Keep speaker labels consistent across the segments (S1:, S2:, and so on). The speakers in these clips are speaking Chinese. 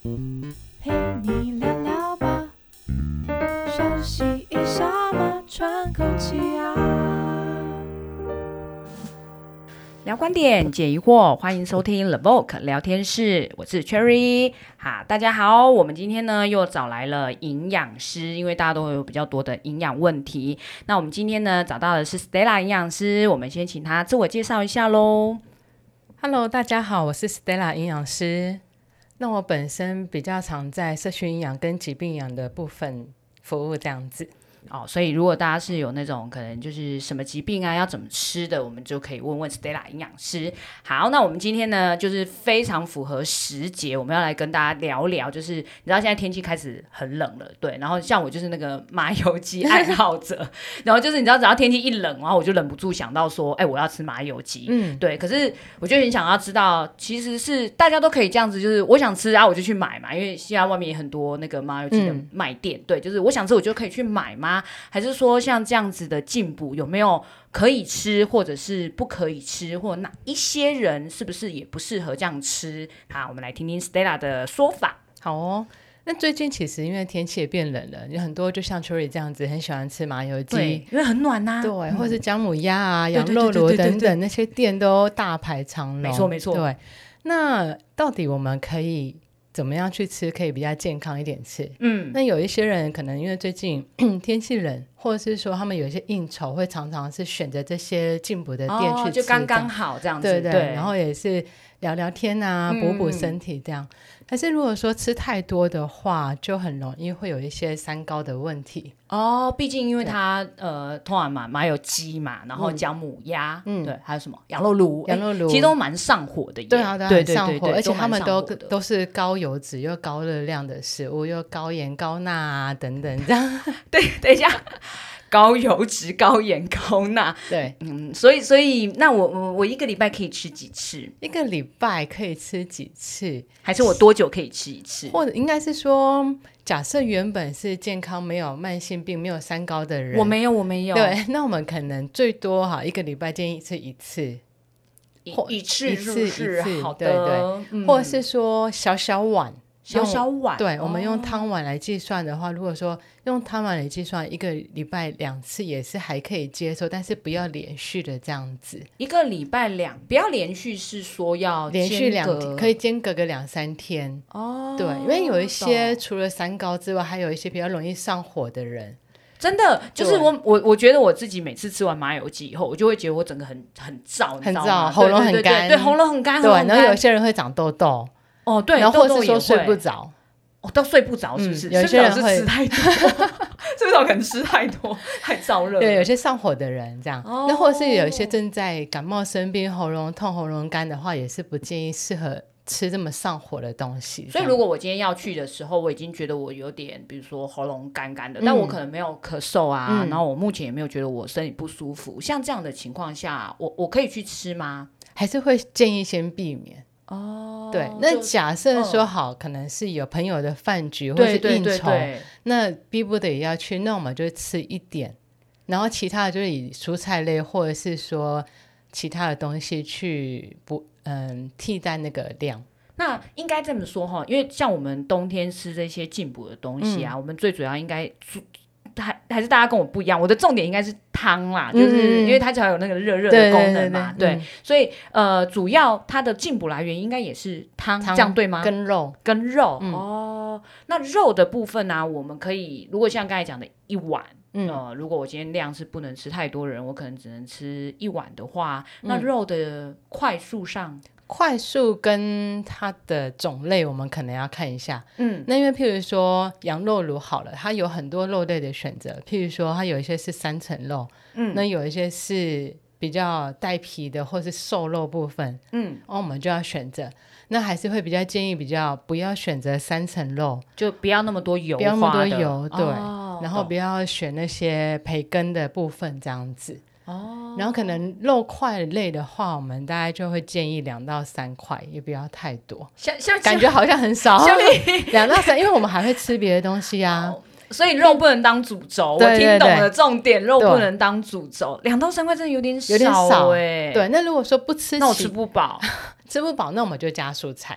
S1: 陪你聊聊吧，休息一下嘛，喘口气啊。
S2: 聊观点，解疑惑，欢迎收听 The Vogue 聊天室，我是 Cherry。大家好，我们今天呢又找来了营养师，因为大家都有比较多的营养问题。那我们今天呢找到的是 Stella 营养师，我们先请她自我介绍一下咯。
S3: Hello， 大家好，我是 Stella 营养师。那我本身比较常在社区营养跟疾病营养的部分服务这样子。
S2: 所以如果大家是有那种可能就是什么疾病啊要怎么吃的，我们就可以问问 Stella 营养师。好，那我们今天呢就是非常符合时节，我们要来跟大家聊聊，就是你知道现在天气开始很冷了，对，然后像我就是那个麻油鸡爱好者然后就是你知道只要天气一冷，然后我就忍不住想到说我要吃麻油鸡，对，可是我就很想要知道，其实是大家都可以这样子，就是我想吃啊我就去买嘛，因为现在外面也很多那个麻油鸡的卖店，对，就是我想吃我就可以去买嘛，还是说像这样子的进补有没有可以吃或者是不可以吃，或哪一些人是不是也不适合这样吃？好，我们来听听 Stella 的说法。
S3: 好哦，那最近其实因为天气也变冷了，有很多就像 Cherry 这样子很喜欢吃麻油鸡，
S2: 对，因为很暖啊，
S3: 对，或是姜母鸭啊、羊肉炉等等，那些店都大排长龙，
S2: 没错没错。
S3: 对，那到底我们可以怎么样去吃可以比较健康一点吃？那有一些人可能因为最近天气冷，或者是说他们有一些应酬会常常是选择这些进补的店去吃，
S2: 就刚刚好这样子，
S3: 对，然后也是聊聊天啊，补补身体这样。但是如果说吃太多的话，就很容易会有一些三高的问题
S2: 毕竟因为它通常麻油鸡嘛，然后姜母鸭，对，还有什么羊肉炉，其实都蛮上火的耶，
S3: 对啊，
S2: 对
S3: 很上火，而且他们
S2: 都
S3: 是高油脂又高热量的食物，又高盐高钠啊等等这样
S2: 对，等一下，高油脂高盐高钠，
S3: 对，
S2: 所以那我一个礼拜可以吃几次？
S3: 一个礼拜可以吃几次？
S2: 还是我多久可以吃一次？
S3: 或者应该是说，假设原本是健康没有慢性病没有三高的人，
S2: 我没有，
S3: 对，那我们可能最多一个礼拜建议吃一次，
S2: 一次是不是？好的，
S3: 对，或者是说小碗，对，我们用汤碗来计算的话，如果说用汤碗来计算，一个礼拜2次也是还可以接受，但是不要连续的这样子。
S2: 一个礼拜不要连续，是说要
S3: 连续2天，可以间隔个2-3天。对，因为有一些除了三高之外，还有一些比较容易上火的人。
S2: 真的就是我觉得我自己每次吃完麻油鸡以后，我就会觉得我整个很燥，
S3: 很燥，喉咙很干，
S2: 对，喉咙很干，
S3: 对，然后有些人会长痘痘。
S2: 对，
S3: 然后或是说睡不着，
S2: 都睡不着，是不是？
S3: 有些人会
S2: 吃太多，是不是可能吃太多，太燥热？
S3: 对，有些上火的人这样，那或者是有一些正在感冒生病、喉咙痛、喉咙干的话，也是不建议适合吃这么上火的东西。
S2: 所以如果我今天要去的时候，我已经觉得我有点，比如说喉咙干干的，但我可能没有咳嗽啊，然后我目前也没有觉得我身体不舒服，像这样的情况下，我可以去吃吗？
S3: 还是会建议先避免。对，那假设说好，可能是有朋友的饭局或是应酬，那逼不得已要去，那我们就吃一点，然后其他的就是以蔬菜类或者是说其他的东西去替代那个量。
S2: 那应该这么说哈，因为像我们冬天吃这些进补的东西啊，我们最主要应该还是大家跟我不一样，我的重点应该是汤啦，就是因为它才有那个热的功能嘛，对，所以主要它的进补来源应该也是汤，这样对吗？
S3: 跟肉
S2: 那肉的部分呢，我们可以如果像刚才讲的一碗，如果我今天量是不能吃太多人，我可能只能吃一碗的话，那肉的快速跟它的种类我们可能要看一下，那因为譬如说羊肉炉好了，它有很多肉类的选择，譬如说它有一些是3层肉，那有一些是比较带皮的或是瘦肉部分，我们就要选择，那还是会比较建议不要选择3层肉，就不要那么多油，
S3: 不要那么多油，对，然后不要选那些培根的部分这样子。然后可能肉块类的话，我们大概就会建议2到3块，也不要太多，感觉好像很少2到3，因为我们还会吃别的东西啊，
S2: 所以肉不能当主轴，我听懂了重点，肉不能当主轴，2到3块真的有点少
S3: 对，那如果说不吃，
S2: 那我吃不饱
S3: 吃不饱，那我们就加蔬菜。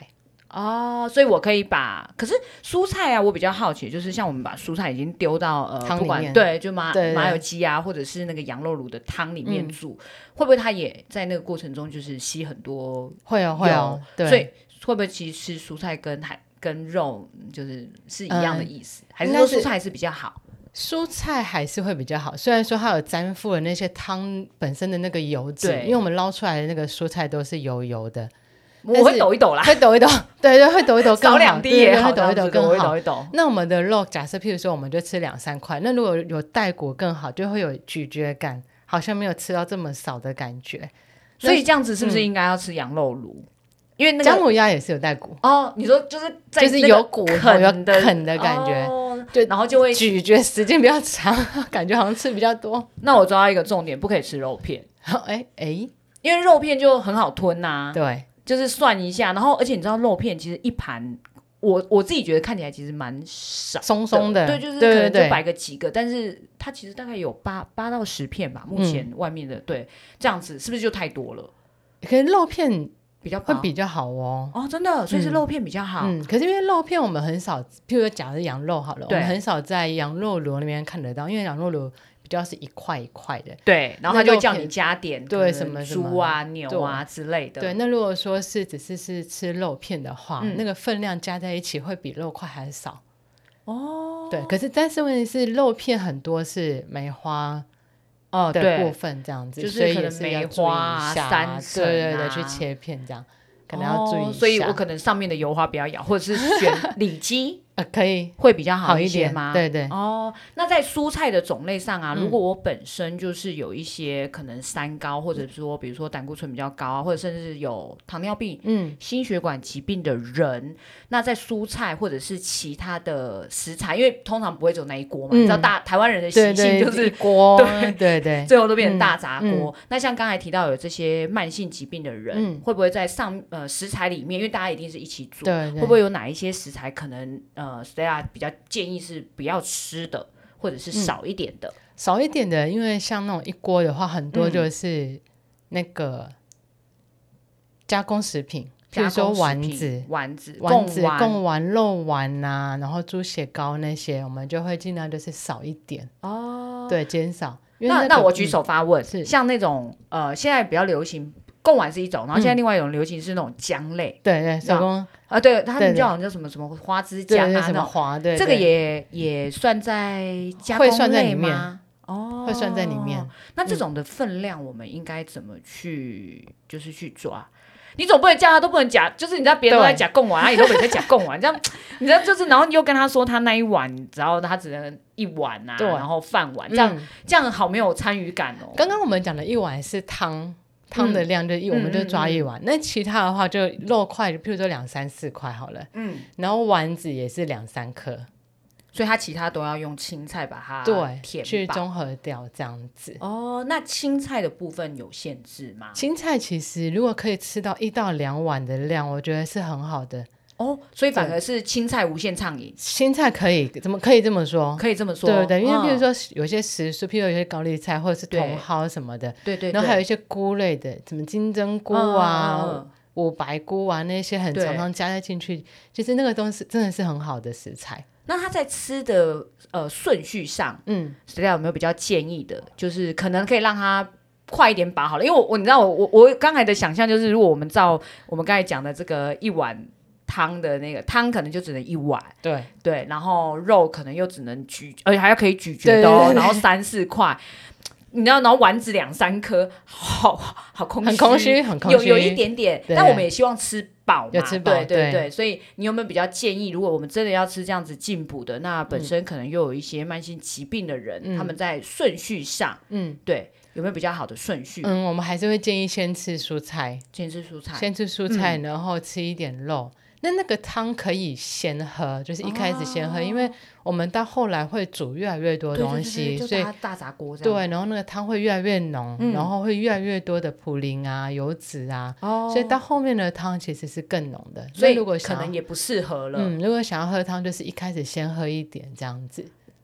S2: 所以我可以可是蔬菜啊，我比较好奇，就是像我们把蔬菜已经丢到
S3: 汤里面，
S2: 对，就麻油鸡啊，或者是那个羊肉卤的汤里面煮，会不会它也在那个过程中就是吸很多？
S3: 会哦，对。
S2: 所以会不会其实吃蔬菜跟肉是一样的意思，还是说蔬菜是比较好？
S3: 蔬菜还是会比较好，虽然说它有沾附了那些汤本身的那个油脂，因为我们捞出来的那个蔬菜都是油的。
S2: 我会抖一抖啦，
S3: 会抖一抖，对，会抖一抖更好，
S2: 少2滴也好，
S3: 会抖一抖更好。
S2: 抖
S3: 那我们的肉，假设譬如说我们就吃2-3块，那如果有带骨更好，就会有咀嚼感，好像没有吃到这么少的感觉。
S2: 所以这样子是不是应该要吃羊肉炉？因为那个
S3: 姜母鸭也是有带骨
S2: 你说就是
S3: 有骨头有啃的感觉，
S2: 对，然后就会
S3: 咀嚼时间比较长，感觉好像吃比较多。
S2: 那我抓到一个重点，不可以吃肉片。因为肉片就很好吞啊，
S3: 对，
S2: 就是涮一下，然后而且你知道肉片其实一盘，我自己觉得看起来其实蛮少，
S3: 松松的，
S2: 对，就是可能就摆个几个，但是它其实大概有8到10片吧，目前外面的对，这样子是不是就太多了？
S3: 可是肉片会比较好
S2: 真的，所以是肉片比较好。
S3: 可是因为肉片我们很少，譬如说假如羊肉好了，我们很少在羊肉炉那边看得到，因为羊肉炉比较是一块一块的，
S2: 对，然后他就会叫你加点
S3: 对什么
S2: 猪啊牛啊之类的。
S3: 对，那如果说只是吃肉片的话，那个分量加在一起会比肉块还少。对，但是问题是肉片很多是梅花的部分这样子，
S2: 就是
S3: 所以
S2: 可能梅花啊、三层
S3: 对，去切片这样，可能要注意一下。
S2: 所以我可能上面的油花不要咬，或者是选里脊
S3: 可以
S2: 会比较好
S3: 一
S2: 些吗？
S3: 对。
S2: 那在蔬菜的种类上啊，如果我本身就是有一些可能三高，或者说比如说胆固醇比较高啊，或者甚至有糖尿病、心血管疾病的人，那在蔬菜或者是其他的食材，因为通常不会只有那一锅嘛，你知道台湾人的习性就是
S3: 一锅，对，
S2: 最后都变成大杂锅。那像刚才提到有这些慢性疾病的人，会不会在食材里面，因为大家一定是一起煮，
S3: 对，
S2: 会不会有哪一些食材可能Stella 比较建议是不要吃的，或者是少一点的？
S3: 少一点的，因为像那种一锅的话，很多就是那个加工食品，比如说丸子、贡丸、肉丸啊，然后猪血糕那些，我们就会尽量就是少一点对，减少。
S2: 那我举手发问，像那种现在比较流行。贡丸是一种，然后现在另外一种流行是那种姜类，
S3: 对，手工
S2: 对，它们好像叫什么花枝姜啊，
S3: 什么花，对，
S2: 这个也算在加工类吗？
S3: 会算在里面。
S2: 那这种的分量，我们应该怎么去抓？你总不能叫他都不能夹，就是你知道别人都在夹贡丸，你都没在夹贡丸，这样你知道就是，然后又跟他说他那一碗，然后他只能一碗啊，然后饭碗，这样好没有参与感哦。
S3: 刚刚我们讲的一碗是汤的量就我们就抓一碗，那其他的话就肉块，譬如说2-3-4块好了，然后丸子也是2-3颗，
S2: 所以它其他都要用青菜把它填
S3: 去综合掉这样子。
S2: 那青菜的部分有限制吗？
S3: 青菜其实如果可以吃到1到2碗的量，我觉得是很好的。
S2: 所以反而是青菜无限畅饮。
S3: 青菜可以这么说？
S2: 可以这么说，
S3: 对，因为譬如说有些食蔬，譬如有些高丽菜或者是茼蒿什么的，
S2: 对，
S3: 然后还有一些菇类的，什么金针菇啊、五白菇啊，那些很常常加进去，其实那个东西真的是很好的食材。
S2: 那它在吃的顺序上，Stella有没有比较建议的？就是可能可以让它快一点把好了，因为你知道我刚才的想象就是，如果我们照我们刚才讲的这个一碗汤的那个汤可能就只能1碗，对，然后肉可能又只能而且还要可以咀嚼的
S3: 对，
S2: 然后3-4块，你知道，然后丸子2-3颗，好空虚，
S3: 很空虚，
S2: 有一点点，但我们也希望吃饱嘛，
S3: 有吃饱，
S2: 对，所以你有没有比较建议，如果我们真的要吃这样子进补的，那本身可能又有一些慢性疾病的人，他们在顺序上，对。有没有比较好的顺序？
S3: 我们还是会建议先吃蔬菜，然后吃一点肉。那个汤可以先喝，就是一开始先喝，因为我们到后来会煮越来越多东西，
S2: 所以大杂锅这
S3: 样。对，然后那个汤会越来越浓，然后会越来越多的普林啊、油脂啊，所以到后面的汤其实是更浓的。
S2: 所以如果可能也不适合了。
S3: 如果想要喝汤，就是一开始先喝一点这样子。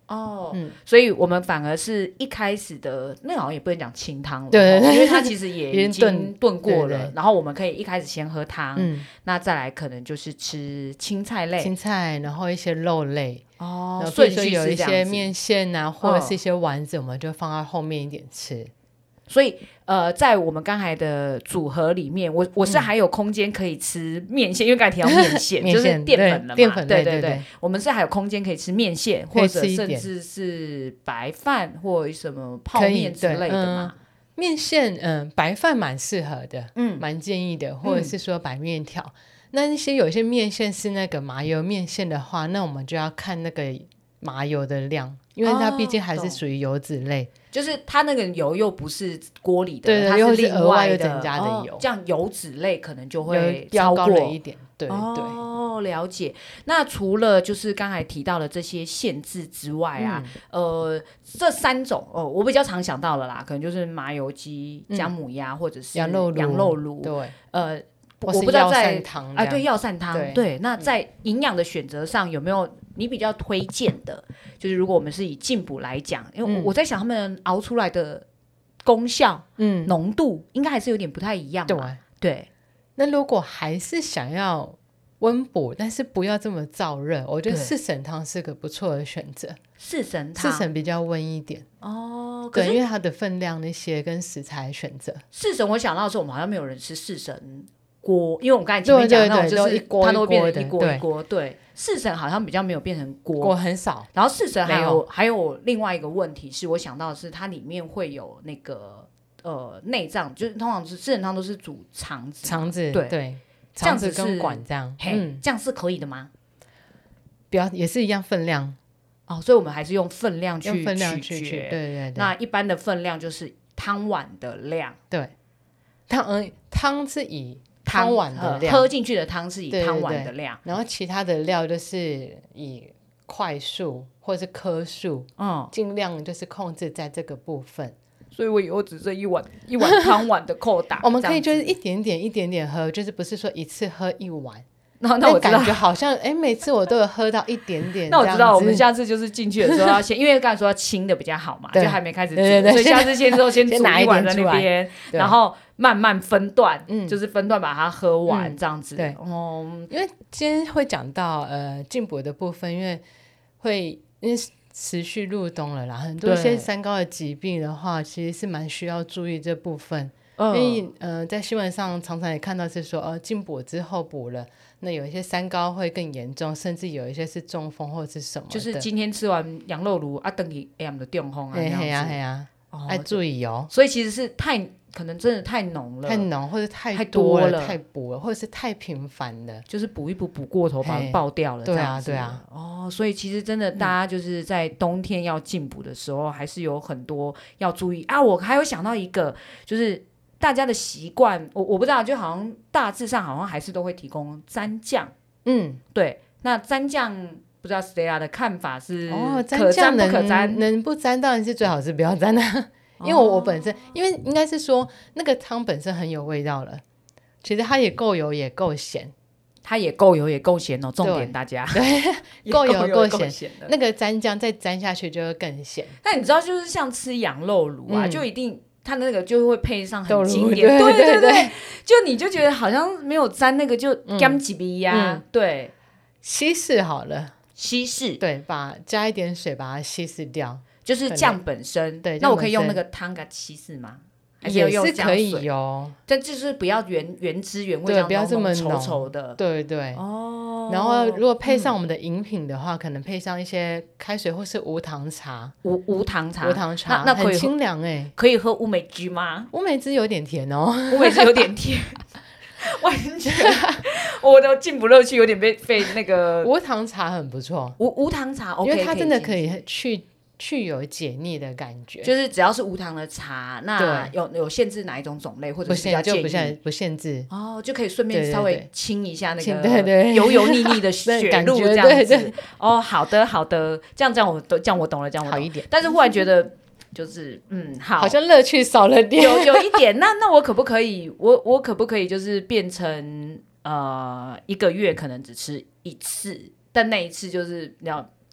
S2: 所以我们反而是一开始的那好像也不能讲清汤了，
S3: 对，
S2: 因为它其实也已经炖过了，
S3: 对对，
S2: 然后我们可以一开始先喝汤，那再来可能就是吃青菜类，然后一些肉类顺序
S3: 有一些面线啊，或者是一些丸子，我们就放在后面一点吃。
S2: 所以在我们刚才的组合里面，我是还有空间可以吃面线，因为刚才提到面线就是淀粉了嘛，
S3: 淀粉，
S2: 对，我们是还有空间可以吃面线，或者甚至是白饭或什么泡面之类的嘛。
S3: 面线白饭蛮适合的，蛮建议的，或者是说白面条。那些有些面线是那个麻油面线的话，那我们就要看那个麻油的量，因为它毕竟还是属于油脂类，
S2: 就是它那个油又不是锅里的，
S3: 对，
S2: 它是另
S3: 额外
S2: 的
S3: 增加的油，
S2: 这样油脂类可能就会
S3: 超
S2: 过
S3: 了一点，对
S2: 了解。那除了就是刚才提到的这些限制之外啊，这3种我比较常想到了啦，可能就是麻油鸡、姜母鸭或者是羊肉炉，
S3: 对，
S2: 我不知道在对药膳汤，对，那在营养的选择上有没有你比较推荐的？就是如果我们是以进补来讲，因为我在想他们熬出来的功效、浓度应该还是有点不太一样嘛。对，
S3: 那如果还是想要温补，但是不要这么燥热，我觉得四神汤是个不错的选择。
S2: 四神
S3: 比较温一点对，因为它的分量那些跟食材选择。
S2: 四神我想到的时候，我们好像没有人吃四神锅，因为我们刚才前面讲那种就是它都会变成一锅一锅，对，四神好像比较没有变成锅
S3: 很少。
S2: 然后四神还有另外一个问题是我想到的是它里面会有那个内脏，就是通常是四神汤都是煮肠子，
S3: 对，肠子跟管这样，
S2: 这样是可以的吗？
S3: 也是一样分量
S2: 所以我们还是用分量去取决，
S3: 对。
S2: 那一般的分量就是汤碗的量，
S3: 对，汤是以汤碗的量，
S2: 喝进去的汤是以汤碗的量，
S3: 然后其他的料就是以块数或是颗数，尽量就是控制在这个部分。
S2: 所以我以后只剩一碗汤碗的扣打
S3: 我们可以就是一点点喝，就是不是说一次喝一碗。
S2: 那我知道
S3: 感觉好像每次我都有喝到一点点。
S2: 那我知道我们下次就是进去的时候要先，因为刚才说要清的比较好嘛，就还没开始煮，所以下次先煮一碗在那边，然后慢慢分段，就是分段把它喝完这样子。
S3: 对，因为今天会讲到进补的部分，因为持续入冬了啦，很多一些三高的疾病的话，其实是蛮需要注意这部分。因为在新闻上常常也看到是说进补之后补了，那有一些三高会更严重，甚至有一些是中风或者是什么的，
S2: 就是今天吃完羊肉炉等于AM的中风啊，
S3: 嘿啊，要注意
S2: 所以其实是可能真的太浓了，
S3: 或者太多了，太补了，或者是太频繁了，
S2: 就是补一补过头把它爆掉了。
S3: 对啊
S2: 所以其实真的大家就是在冬天要进补的时候，还是有很多要注意啊。我还有想到一个，就是大家的习惯，我不知道，就好像大致上好像还是都会提供蘸酱。对，那蘸酱不知道 Stella 的看法是可蘸不可蘸？
S3: 能不蘸当然是最好是不要蘸啊。因为我本身，因为应该是说那个汤本身很有味道了，其实它也够油也够咸，
S2: 它也够油也够咸哦。重点大家
S3: 对，够油够咸，那个蘸酱再蘸下去就会更咸。
S2: 但你知道，就是像吃羊肉炉啊，就一定它那个就会配上很经典，对，就你就觉得好像没有蘸那个就干几鼻呀。对，
S3: 稀释好了，
S2: 稀释，
S3: 对，加一点水把它稀释掉。
S2: 就是酱本身，
S3: 对，
S2: 那我可以用那个汤给稀释吗？
S3: 也是可以哟，
S2: 但就是不要原汁原味，
S3: 不要这么
S2: 稠稠的，
S3: 对。然后如果配上我们的饮品的话，可能配上一些开水或是无糖茶，
S2: 无糖茶，
S3: 那很清凉
S2: 可以喝乌梅汁吗？
S3: 乌梅汁有点甜哦，
S2: 乌梅汁有点甜。完全，我的进补乐趣有点被那个
S3: 无糖茶很不错，
S2: 无糖茶 OK，
S3: 因为它真的可以去有解腻的感觉，
S2: 就是只要是无糖的茶，那有限制哪一种种类，或者是比较建议
S3: 不限制
S2: 就可以顺便稍微清一下那个油腻腻的血路这样子。好的，这样我懂了，这样
S3: 好一点。
S2: 但是忽然觉得就是
S3: 好像乐趣少了点，
S2: 有一点。那我可不可以我可不可以就是变成1个月可能只吃1次，但那一次就是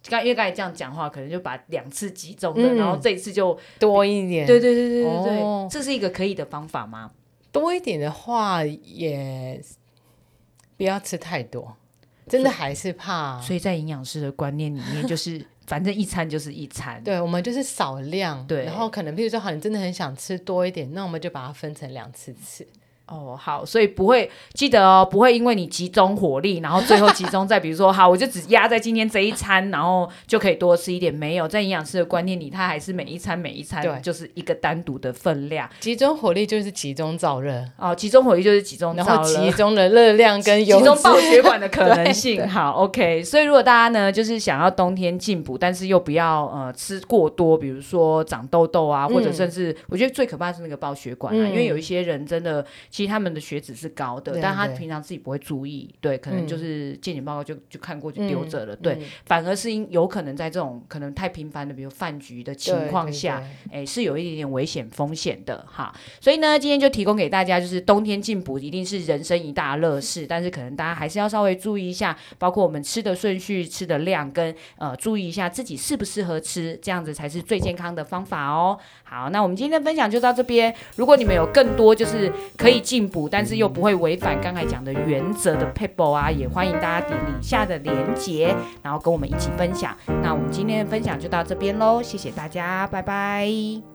S2: 因为刚才这样讲话，可能就把2次集中的，然后这一次就
S3: 多一点。
S2: 对，这是一个可以的方法吗？
S3: 多一点的话，也不要吃太多，真的还是怕。
S2: 所以在营养师的观念里面，就是反正一餐就是一餐，
S3: 对，我们就是少量，
S2: 对，
S3: 然后可能譬如说，好，你真的很想吃多一点，那我们就把它分成2次吃。
S2: 好，所以不会记得哦，不会因为你集中火力，然后最后集中在比如说好，我就只压在今天这一餐，然后就可以多吃一点。没有，在营养师的观念里，它还是每一餐就是一个单独的分量。
S3: 集中火力就是集中燥热
S2: 集中火力就是集中燥热，
S3: 然后集中的热量跟油脂，
S2: 集中爆血管的可能性。好 ，OK。所以如果大家呢，就是想要冬天进补，但是又不要吃过多，比如说长痘痘啊，或者甚至我觉得最可怕的是那个爆血管因为有一些人真的。其实他们的血脂是高的，但他平常自己不会注意，对，可能就是健检报告就看过就丢着了，对，反而是有可能在这种可能太频繁的，比如饭局的情况下，是有一点点危险风险的哈。所以呢，今天就提供给大家，就是冬天进补一定是人生一大乐事，但是可能大家还是要稍微注意一下，包括我们吃的顺序、吃的量跟注意一下自己适不适合吃，这样子才是最健康的方法哦。好，那我们今天的分享就到这边。如果你们有更多就是可以进补，但是又不会违反刚才讲的原则的 people 啊，也欢迎大家点以下的连结，然后跟我们一起分享。那我们今天的分享就到这边咯，谢谢大家，拜拜。